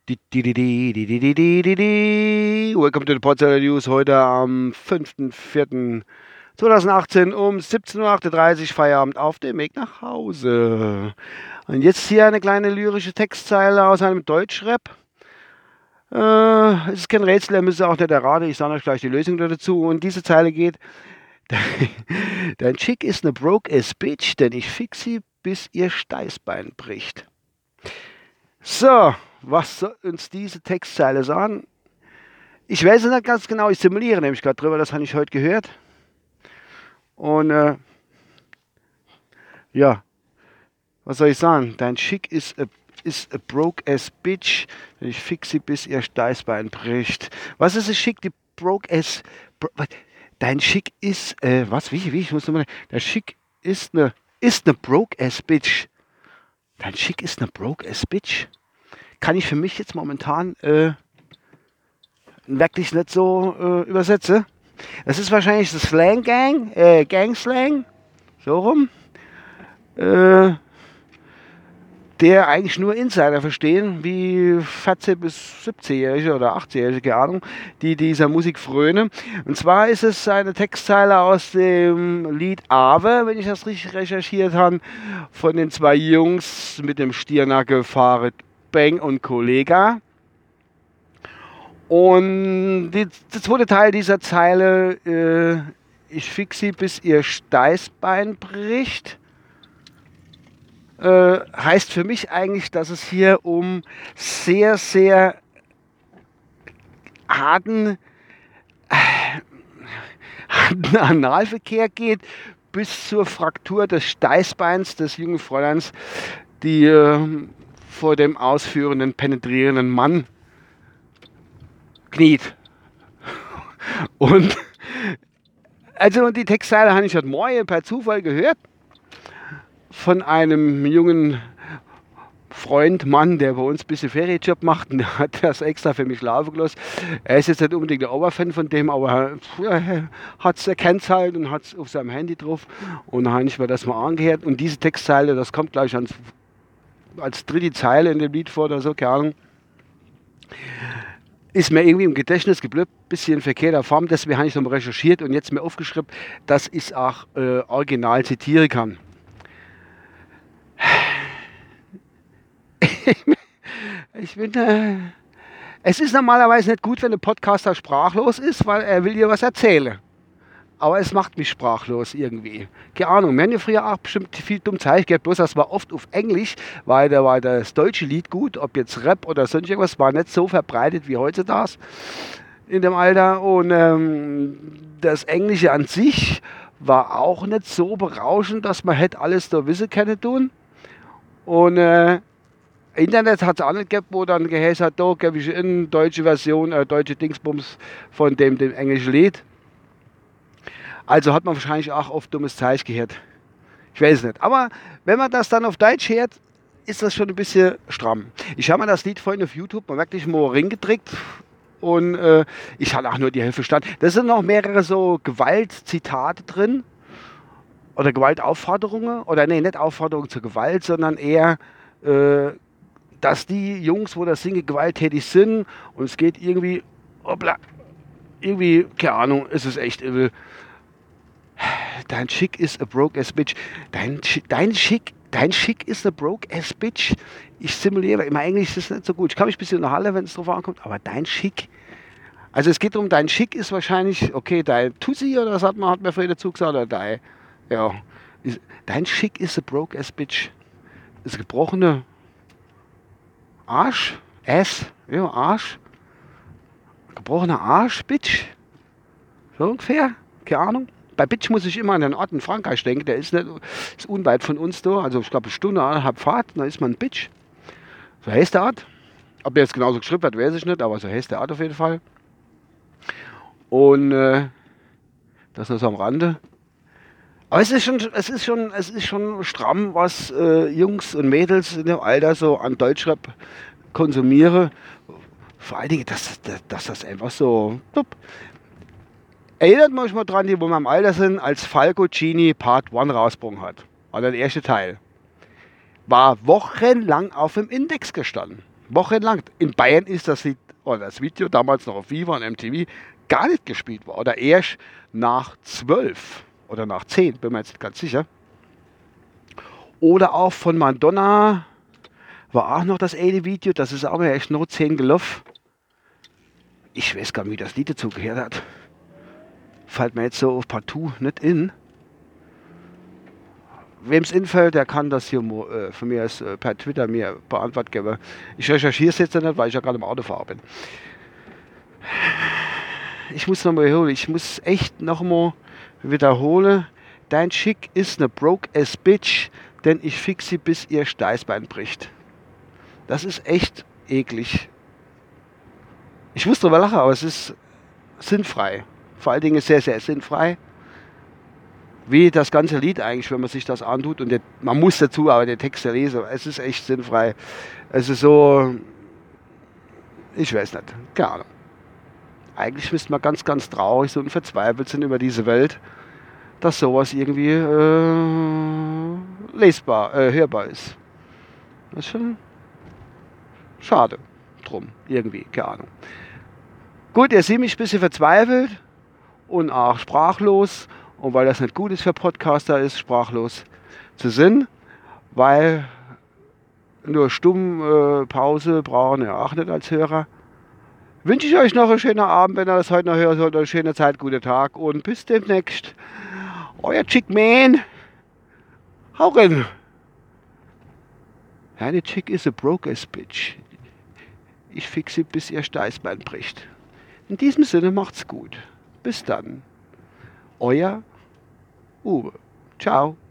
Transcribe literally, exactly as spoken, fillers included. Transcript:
Di, di, di, di, di, di, di, di, di, di. Welcome to the Potsdamer News. Heute am fünften vierten zweitausendachtzehn um siebzehn Uhr achtunddreißig Feierabend auf dem Weg nach Hause. Und jetzt hier eine kleine lyrische Textzeile aus einem Deutschrap. Äh, es ist kein Rätsel, er müsste auch nicht erraten. Ich sage euch gleich die Lösung dazu. Und diese Zeile geht: Dein Chick ist ne broke-ass Bitch, denn ich fix sie, bis ihr Steißbein bricht. So, was soll uns diese Textzeile sagen? Ich weiß es nicht ganz genau, ich simuliere nämlich gerade drüber, das habe ich heute gehört. Und äh, ja, was soll ich sagen? Dein Chick ist a, ist a broke-ass Bitch, ich fix sie, bis ihr Steißbein bricht. Was ist ein Chick, die broke-ass... Bro, dein Chick ist, äh, was, wie, wie, ich muss nochmal... Dein Chick ist eine, ist eine broke-ass Bitch. Dein Chick ist eine broke-ass Bitch. Kann ich für mich jetzt momentan äh, wirklich nicht so äh, übersetzen. Das ist wahrscheinlich das Slang-Gang, äh, Gang-Slang, so rum, äh, der eigentlich nur Insider verstehen, wie vierzehn- bis siebzehnjährige oder achtzehnjährige, keine Ahnung, die dieser Musik frönen. Und zwar ist es eine Textzeile aus dem Lied Ave, wenn ich das richtig recherchiert habe, von den zwei Jungs mit dem Stiernacke, Farid Bang und Kollega. Und die, der zweite Teil dieser Zeile, äh, ich fix sie, bis ihr Steißbein bricht, äh, heißt für mich eigentlich, dass es hier um sehr, sehr harten, äh, harten Analverkehr geht, bis zur Fraktur des Steißbeins des jungen Fräuleins, die äh, vor dem ausführenden, penetrierenden Mann kniet. Und also die Textzeile habe ich heute Morgen per Zufall gehört von einem jungen Freund, Mann, der bei uns ein bisschen Ferienjob macht, und der hat das extra für mich laufen gelassen. Er ist jetzt nicht unbedingt der Oberfan von dem, aber er hat es erkannt halt und hat es auf seinem Handy drauf, und dann habe ich mir das mal angehört. Und diese Textzeile, das kommt gleich ans, als dritte Zeile in dem Lied vor oder so, keine Ahnung, ist mir irgendwie im Gedächtnis geblieben, bisschen in verkehrter Form, deswegen habe ich nochmal recherchiert und jetzt mir aufgeschrieben, dass ich es auch äh, original zitieren kann. Ich bin, äh, es ist normalerweise nicht gut, wenn ein Podcaster sprachlos ist, weil er will dir was erzählen. Aber es macht mich sprachlos irgendwie. Keine Ahnung, wir haben ja früher auch bestimmt viel dumm Zeug gehabt, bloß das war oft auf Englisch, weil da war das deutsche Lied gut, ob jetzt Rap oder sonst irgendwas, war nicht so verbreitet wie heutzutage in dem Alter. Und ähm, das Englische an sich war auch nicht so berauschend, dass man hätte alles da wissen können tun. Und äh, Internet hat es auch nicht gegeben, wo dann geheißen hat, da gebe ich eine deutsche Version, äh, deutsche Dingsbums von dem, dem englischen Lied. Also hat man wahrscheinlich auch oft dummes Zeug gehört. Ich weiß es nicht. Aber wenn man das dann auf Deutsch hört, ist das schon ein bisschen stramm. Ich habe mir das Lied vorhin auf YouTube mal wirklich mal reingedrückt und äh, ich hatte auch nur die Hälfte verstanden. Da sind noch mehrere so Gewaltzitate drin oder Gewaltaufforderungen. Oder nee, nicht Aufforderungen zur Gewalt, sondern eher, äh, dass die Jungs, wo das singen, gewalttätig sind und es geht irgendwie, hoppla, irgendwie, keine Ahnung, es ist echt übel. Dein Chick ist a broke-ass Bitch. Dein, dein Chick, dein Chick ist a broke-ass Bitch. Ich simuliere, immer Englisch ist nicht so gut. Ich kann mich ein bisschen unterhalten, wenn es drauf ankommt, aber dein Chick. Also es geht darum, dein Chick ist wahrscheinlich, okay, dein Tussi oder was hat man, hat mir vorher dazu gesagt, oder dein, ja. Ist, dein Chick ist a broke-ass Bitch. Ist gebrochene Arsch, Ass, ja, Arsch. Gebrochener Arsch, Bitch. So ungefähr, keine Ahnung. Bei Bitch muss ich immer an den Ort in Frankreich denken, der ist, nicht, ist unweit von uns da, also ich glaube eine Stunde, eineinhalb Fahrt, da ist man ein Bitch. So heißt der Ort. Ob der jetzt genauso geschrieben wird, weiß ich nicht, aber so heißt der Ort auf jeden Fall. Und äh, das nur so am Rande. Aber es ist schon, es ist schon, es ist schon stramm, was äh, Jungs und Mädels in dem Alter so an Deutschrap konsumieren. Vor allen Dingen, dass, dass, dass das einfach so... Tup. Erinnert man euch mal dran, die wo wir im Alter sind, als Falco Genie Part eins rausgebracht hat. War der erste Teil. War wochenlang auf dem Index gestanden. Wochenlang. In Bayern ist das Lied, oder das Video damals noch auf Viva und M T V gar nicht gespielt worden. Oder erst nach zwölf oder nach zehn, bin mir jetzt nicht ganz sicher. Oder auch von Madonna war auch noch das eine Video, das ist auch mal echt nur zehn gelaufen. Ich weiß gar nicht, wie das Lied dazu gehört hat. Fällt mir jetzt so auf partout nicht in. Wem es infällt, der kann das hier äh, von mir aus, äh, per Twitter mir beantwortet geben. Ich recherchiere es jetzt nicht, weil ich ja gerade im Autofahrer bin. Ich muss nochmal wiederholen. Ich muss echt nochmal wiederholen. Dein Chick ist eine broke ass bitch, denn ich fix sie, bis ihr Steißbein bricht. Das ist echt eklig. Ich muss drüber lachen, aber es ist sinnfrei. Vor allen Dingen sehr, sehr sinnfrei. Wie das ganze Lied eigentlich, wenn man sich das antut. Und der, man muss dazu aber den Text ja lesen. Es ist echt sinnfrei. Es ist so, ich weiß nicht, keine Ahnung. Eigentlich müsste man ganz, ganz traurig sein und verzweifelt sein über diese Welt, dass sowas irgendwie äh, lesbar, äh, hörbar ist. Das ist schon schade drum, irgendwie, keine Ahnung. Gut, ihr seht mich ein bisschen verzweifelt und auch sprachlos. Und weil das nicht gut ist für Podcaster, ist sprachlos zu sein, weil nur stumm äh, Pause brauchen wir auch nicht als Hörer. Wünsche ich euch noch einen schönen Abend, wenn ihr das heute noch hören sollt, eine schöne Zeit, guten Tag und bis demnächst. Euer Chickman. Hau rein. Eine Chick is a broke ass bitch. Ich fixe, bis ihr Steißbein bricht. In diesem Sinne macht's gut. Bis dann. Euer Uwe. Ciao.